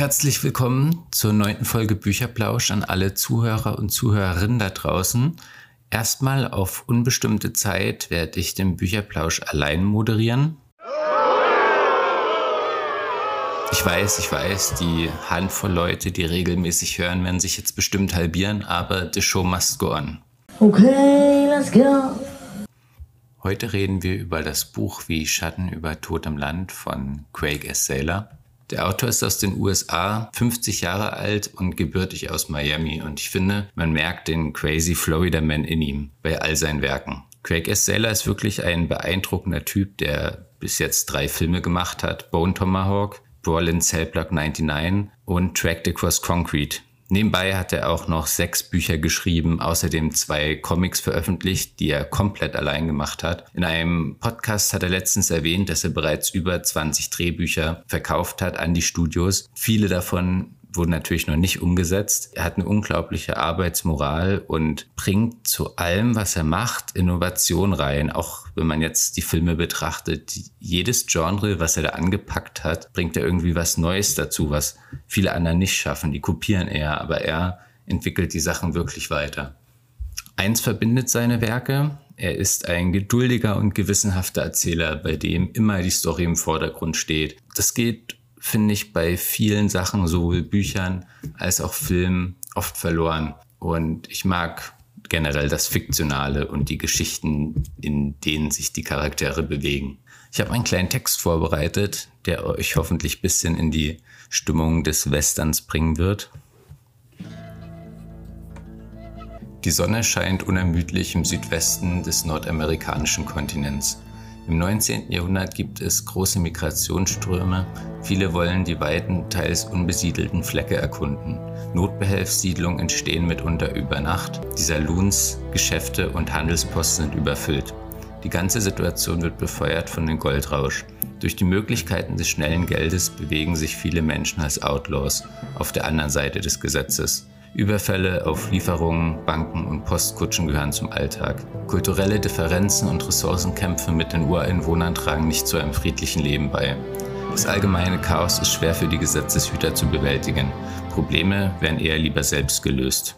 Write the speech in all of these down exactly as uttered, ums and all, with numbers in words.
Herzlich willkommen zur neunten Folge Bücherplausch an alle Zuhörer und Zuhörerinnen da draußen. Erstmal auf unbestimmte Zeit werde ich den Bücherplausch allein moderieren. Ich weiß, ich weiß, die Handvoll Leute, die regelmäßig hören, werden sich jetzt bestimmt halbieren, aber the show must go on. Okay, let's go. Heute reden wir über das Buch Wie Schatten über totem Land von Craig S. Sailer. Der Autor ist aus den U S A, fünfzig Jahre alt und gebürtig aus Miami. Und ich finde, man merkt den crazy Florida Man in ihm bei all seinen Werken. Craig S. Sailer ist wirklich ein beeindruckender Typ, der bis jetzt drei Filme gemacht hat. Bone Tomahawk, Berlin Cell Block neunundneunzig und Tracked Across Concrete. Nebenbei hat er auch noch sechs Bücher geschrieben, außerdem zwei Comics veröffentlicht, die er komplett allein gemacht hat. In einem Podcast hat er letztens erwähnt, dass er bereits über zwanzig Drehbücher verkauft hat an die Studios. Viele davon wurden natürlich noch nicht umgesetzt. Er hat eine unglaubliche Arbeitsmoral und bringt zu allem, was er macht, Innovation rein. Auch wenn man jetzt die Filme betrachtet, jedes Genre, was er da angepackt hat, bringt er irgendwie was Neues dazu, was viele anderen nicht schaffen. Die kopieren eher, aber er entwickelt die Sachen wirklich weiter. Eins verbindet seine Werke. Er ist ein geduldiger und gewissenhafter Erzähler, bei dem immer die Story im Vordergrund steht. Das geht, finde ich, bei vielen Sachen, sowohl Büchern als auch Filmen, oft verloren. Und ich mag generell das Fiktionale und die Geschichten, in denen sich die Charaktere bewegen. Ich habe einen kleinen Text vorbereitet, der euch hoffentlich ein bisschen in die Stimmung des Westerns bringen wird. Die Sonne scheint unermüdlich im Südwesten des nordamerikanischen Kontinents. Im neunzehnten Jahrhundert gibt es große Migrationsströme. Viele wollen die weiten, teils unbesiedelten Flecke erkunden. Notbehelfssiedlungen entstehen mitunter über Nacht. Die Saloons, Geschäfte und Handelsposten sind überfüllt. Die ganze Situation wird befeuert von dem Goldrausch. Durch die Möglichkeiten des schnellen Geldes bewegen sich viele Menschen als Outlaws auf der anderen Seite des Gesetzes. Überfälle auf Lieferungen, Banken und Postkutschen gehören zum Alltag. Kulturelle Differenzen und Ressourcenkämpfe mit den Ureinwohnern tragen nicht zu einem friedlichen Leben bei. Das allgemeine Chaos ist schwer für die Gesetzeshüter zu bewältigen. Probleme werden eher lieber selbst gelöst.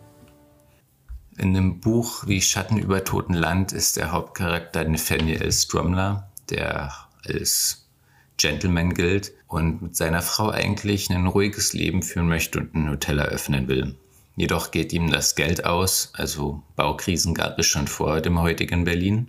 In dem Buch Wie Schatten über totem Land ist der Hauptcharakter Nathaniel Stromler, der als Gentleman gilt und mit seiner Frau eigentlich ein ruhiges Leben führen möchte und ein Hotel eröffnen will. Jedoch geht ihm das Geld aus, also Baukrisen gab es schon vor dem heutigen Berlin.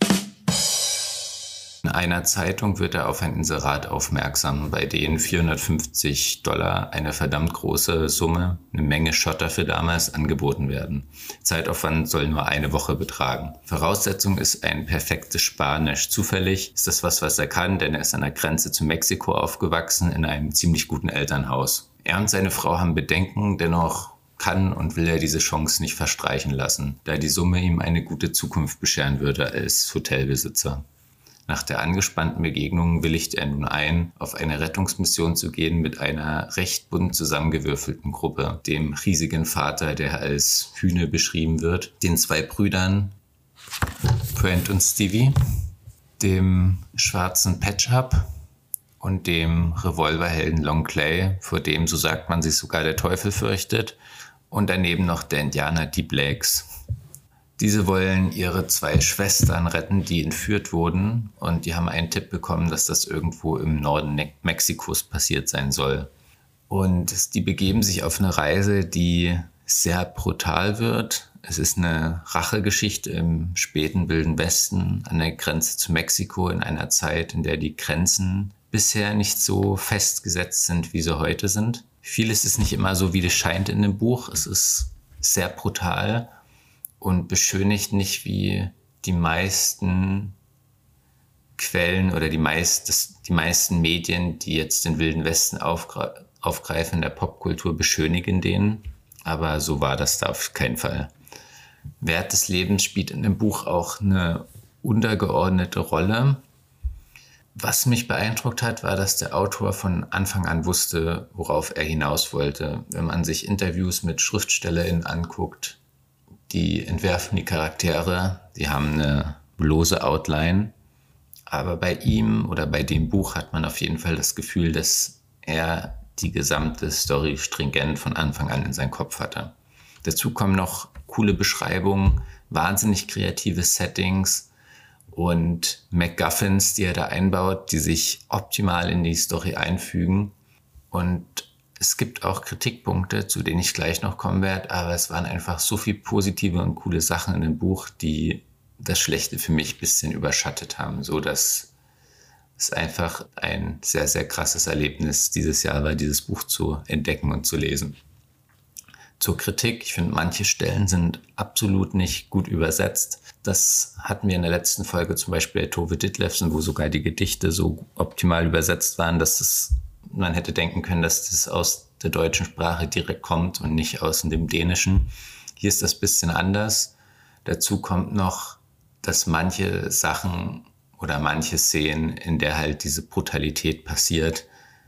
In einer Zeitung wird er auf ein Inserat aufmerksam, bei dem vierhundertfünfzig Dollar, eine verdammt große Summe, eine Menge Schotter für damals, angeboten werden. Zeitaufwand soll nur eine Woche betragen. Voraussetzung ist ein perfektes Spanisch. Zufällig ist das was, was er kann, denn er ist an der Grenze zu Mexiko aufgewachsen, in einem ziemlich guten Elternhaus. Er und seine Frau haben Bedenken, dennoch kann und will er diese Chance nicht verstreichen lassen, da die Summe ihm eine gute Zukunft bescheren würde als Hotelbesitzer. Nach der angespannten Begegnung willigt er nun ein, auf eine Rettungsmission zu gehen mit einer recht bunt zusammengewürfelten Gruppe, dem riesigen Vater, der als Hühne beschrieben wird, den zwei Brüdern Brent und Stevie, dem schwarzen Patch-Up und dem Revolverhelden Long Clay, vor dem, so sagt man, sich sogar der Teufel fürchtet, und daneben noch der Indianer Deep Lakes. Diese wollen ihre zwei Schwestern retten, die entführt wurden, und die haben einen Tipp bekommen, dass das irgendwo im Norden Mexikos passiert sein soll. Und die begeben sich auf eine Reise, die sehr brutal wird. Es ist eine Rachegeschichte im späten Wilden Westen an der Grenze zu Mexiko, in einer Zeit, in der die Grenzen bisher nicht so festgesetzt sind, wie sie heute sind. Vieles ist nicht immer so, wie das scheint in dem Buch. Es ist sehr brutal und beschönigt nicht, wie die meisten Quellen oder die, meist, das, die meisten Medien, die jetzt den Wilden Westen aufgre- aufgreifen in der Popkultur, beschönigen den. Aber so war das da auf keinen Fall. Wert des Lebens spielt in dem Buch auch eine untergeordnete Rolle. Was mich beeindruckt hat, war, dass der Autor von Anfang an wusste, worauf er hinaus wollte. Wenn man sich Interviews mit SchriftstellerInnen anguckt, die entwerfen die Charaktere, die haben eine lose Outline. Aber bei ihm oder bei dem Buch hat man auf jeden Fall das Gefühl, dass er die gesamte Story stringent von Anfang an in seinem Kopf hatte. Dazu kommen noch coole Beschreibungen, wahnsinnig kreative Settings und MacGuffins, die er da einbaut, die sich optimal in die Story einfügen. Und es gibt auch Kritikpunkte, zu denen ich gleich noch kommen werde, aber es waren einfach so viele positive und coole Sachen in dem Buch, die das Schlechte für mich ein bisschen überschattet haben, so dass es einfach ein sehr, sehr krasses Erlebnis dieses Jahr war, dieses Buch zu entdecken und zu lesen. Zur Kritik, ich finde, manche Stellen sind absolut nicht gut übersetzt. Das hatten wir in der letzten Folge zum Beispiel bei Tove Ditlevsen, wo sogar die Gedichte so optimal übersetzt waren, dass es, man hätte denken können, dass das aus der deutschen Sprache direkt kommt und nicht aus dem Dänischen. Hier ist das ein bisschen anders. Dazu kommt noch, dass manche Sachen oder manche Szenen, in der halt diese Brutalität passiert,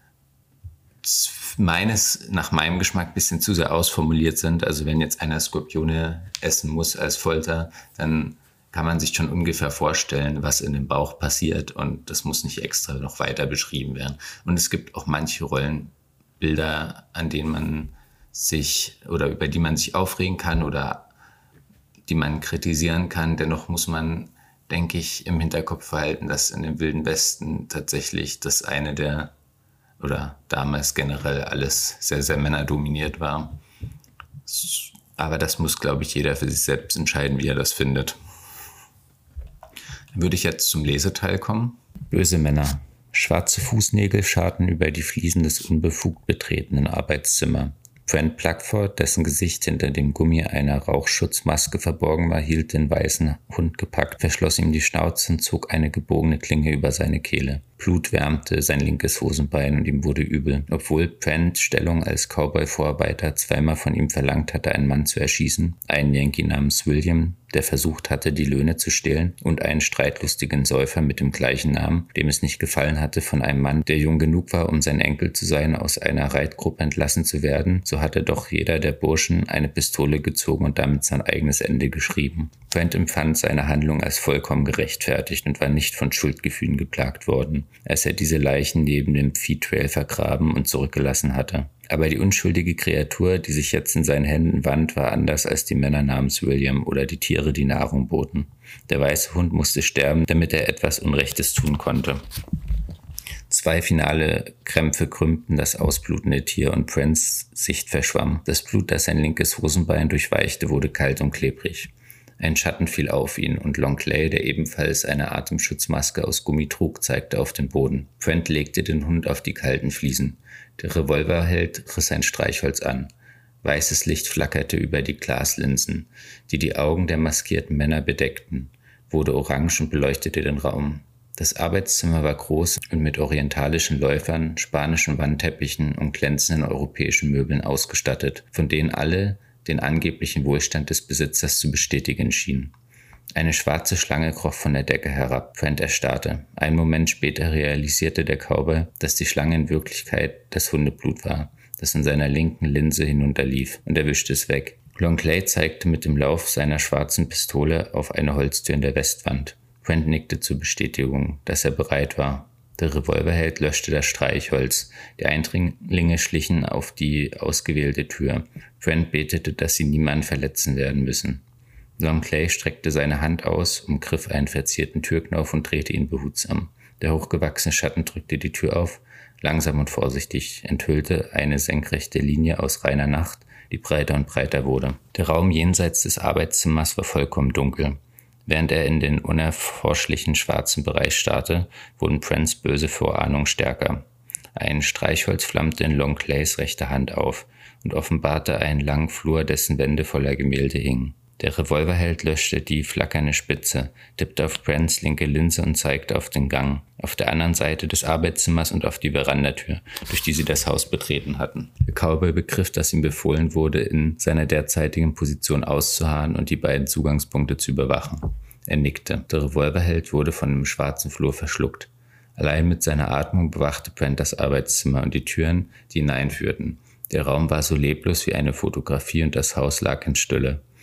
meines, nach meinem Geschmack ein bisschen zu sehr ausformuliert sind. Also wenn jetzt einer Skorpione essen muss als Folter, dann kann man sich schon ungefähr vorstellen, was in dem Bauch passiert, und das muss nicht extra noch weiter beschrieben werden. Und es gibt auch manche Rollenbilder, an denen man sich oder über die man sich aufregen kann oder die man kritisieren kann. Dennoch muss man, denke ich, im Hinterkopf behalten, dass in dem Wilden Westen tatsächlich das eine der oder damals generell alles sehr, sehr männerdominiert war. Aber das muss, glaube ich, jeder für sich selbst entscheiden, wie er das findet. Dann würde ich jetzt zum Leseteil kommen. Böse Männer. Schwarze Fußnägel scharten über die Fliesen des unbefugt betretenen Arbeitszimmers. Brent Plugford, dessen Gesicht hinter dem Gummi einer Rauchschutzmaske verborgen war, hielt den weißen Hund gepackt, verschloss ihm die Schnauze und zog eine gebogene Klinge über seine Kehle. Blut wärmte sein linkes Hosenbein und ihm wurde übel. Obwohl Brent Stellung als Cowboy-Vorarbeiter zweimal von ihm verlangt hatte, einen Mann zu erschießen, einen Yankee namens William, der versucht hatte, die Löhne zu stehlen, und einen streitlustigen Säufer mit dem gleichen Namen, dem es nicht gefallen hatte, von einem Mann, der jung genug war, um sein Enkel zu sein, aus einer Reitgruppe entlassen zu werden, so hatte doch jeder der Burschen eine Pistole gezogen und damit sein eigenes Ende geschrieben. Brent empfand seine Handlung als vollkommen gerechtfertigt und war nicht von Schuldgefühlen geplagt worden, als er diese Leichen neben dem Viehtrail vergraben und zurückgelassen hatte. Aber die unschuldige Kreatur, die sich jetzt in seinen Händen wand, war anders als die Männer namens William oder die Tiere, die Nahrung boten. Der weiße Hund musste sterben, damit er etwas Unrechtes tun konnte. Zwei finale Krämpfe krümmten das ausblutende Tier und Brents Sicht verschwamm. Das Blut, das sein linkes Hosenbein durchweichte, wurde kalt und klebrig. Ein Schatten fiel auf ihn und Longclay, der ebenfalls eine Atemschutzmaske aus Gummi trug, zeigte auf den Boden. Brent legte den Hund auf die kalten Fliesen. Der Revolverheld riss ein Streichholz an. Weißes Licht flackerte über die Glaslinsen, die die Augen der maskierten Männer bedeckten, wurde orange und beleuchtete den Raum. Das Arbeitszimmer war groß und mit orientalischen Läufern, spanischen Wandteppichen und glänzenden europäischen Möbeln ausgestattet, von denen alle den angeblichen Wohlstand des Besitzers zu bestätigen schienen. Eine schwarze Schlange kroch von der Decke herab. Brent erstarrte. Einen Moment später realisierte der Cowboy, dass die Schlange in Wirklichkeit das Hundeblut war, das in seiner linken Linse hinunterlief, und er wischte es weg. Longclay zeigte mit dem Lauf seiner schwarzen Pistole auf eine Holztür in der Westwand. Brent nickte zur Bestätigung, dass er bereit war. Der Revolverheld löschte das Streichholz. Die Eindringlinge schlichen auf die ausgewählte Tür. Brent betete, dass sie niemanden verletzen werden müssen. Longclay streckte seine Hand aus, umgriff einen verzierten Türknauf und drehte ihn behutsam. Der hochgewachsene Schatten drückte die Tür auf, langsam und vorsichtig, enthüllte eine senkrechte Linie aus reiner Nacht, die breiter und breiter wurde. Der Raum jenseits des Arbeitszimmers war vollkommen dunkel. Während er in den unerforschlichen schwarzen Bereich starrte, wurden Brents böse Vorahnungen stärker. Ein Streichholz flammte in Longclays rechter Hand auf und offenbarte einen langen Flur, dessen Wände voller Gemälde hingen. Der Revolverheld löschte die flackernde Spitze, tippte auf Brents linke Linse und zeigte auf den Gang, auf der anderen Seite des Arbeitszimmers und auf die Verandatür, durch die sie das Haus betreten hatten. Der Cowboy begriff, dass ihm befohlen wurde, in seiner derzeitigen Position auszuharren und die beiden Zugangspunkte zu überwachen. Er nickte. Der Revolverheld wurde von dem schwarzen Flur verschluckt. Allein mit seiner Atmung bewachte Brent das Arbeitszimmer und die Türen, die hineinführten. Der Raum war so leblos wie eine Fotografie und das Haus lag in Stille.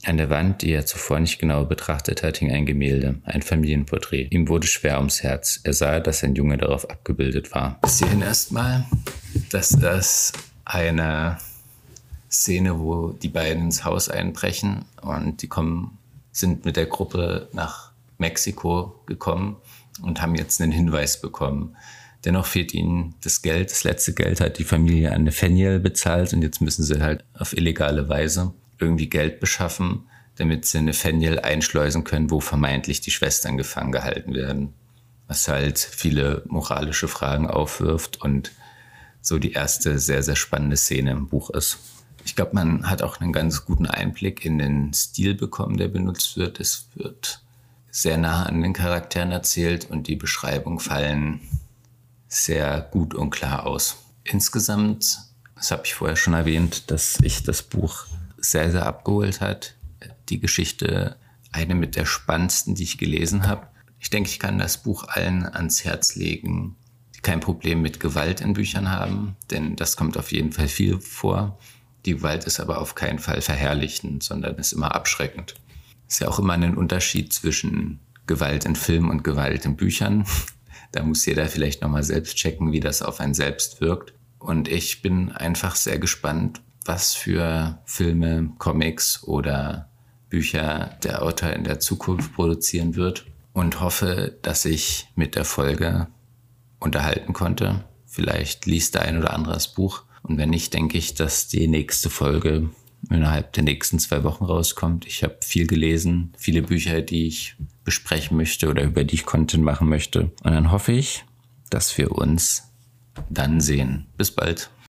An der Wand, die er zuvor nicht genau betrachtet hat, hing ein Gemälde, ein Familienporträt. Ihm wurde schwer ums Herz. Er sah, dass ein Junge darauf abgebildet war. Bis hierhin erstmal, dass das eine Szene, wo die beiden ins Haus einbrechen und die kommen, sind mit der Gruppe nach Mexiko gekommen und haben jetzt einen Hinweis bekommen. Dennoch fehlt ihnen das Geld. Das letzte Geld hat die Familie an Nathaniel bezahlt und jetzt müssen sie halt auf illegale Weise irgendwie Geld beschaffen, damit sie Nathaniel einschleusen können, wo vermeintlich die Schwestern gefangen gehalten werden. Was halt viele moralische Fragen aufwirft und so die erste sehr, sehr spannende Szene im Buch ist. Ich glaube, man hat auch einen ganz guten Einblick in den Stil bekommen, der benutzt wird. Es wird sehr nah an den Charakteren erzählt und die Beschreibungen fallen sehr gut und klar aus. Insgesamt, das habe ich vorher schon erwähnt, dass ich das Buch sehr, sehr abgeholt hat. Die Geschichte, eine mit der spannendsten, die ich gelesen habe. Ich denke, ich kann das Buch allen ans Herz legen, die kein Problem mit Gewalt in Büchern haben, denn das kommt auf jeden Fall viel vor. Die Gewalt ist aber auf keinen Fall verherrlichend, sondern ist immer abschreckend. Ist ja auch immer ein Unterschied zwischen Gewalt in Filmen und Gewalt in Büchern. Da muss jeder vielleicht nochmal selbst checken, wie das auf einen selbst wirkt. Und ich bin einfach sehr gespannt, was für Filme, Comics oder Bücher der Autor in der Zukunft produzieren wird und hoffe, dass ich mit der Folge unterhalten konnte. Vielleicht liest der ein oder andere das Buch und wenn nicht, denke ich, dass die nächste Folge innerhalb der nächsten zwei Wochen rauskommt. Ich habe viel gelesen, viele Bücher, die ich besprechen möchte oder über die ich Content machen möchte. Und dann hoffe ich, dass wir uns dann sehen. Bis bald.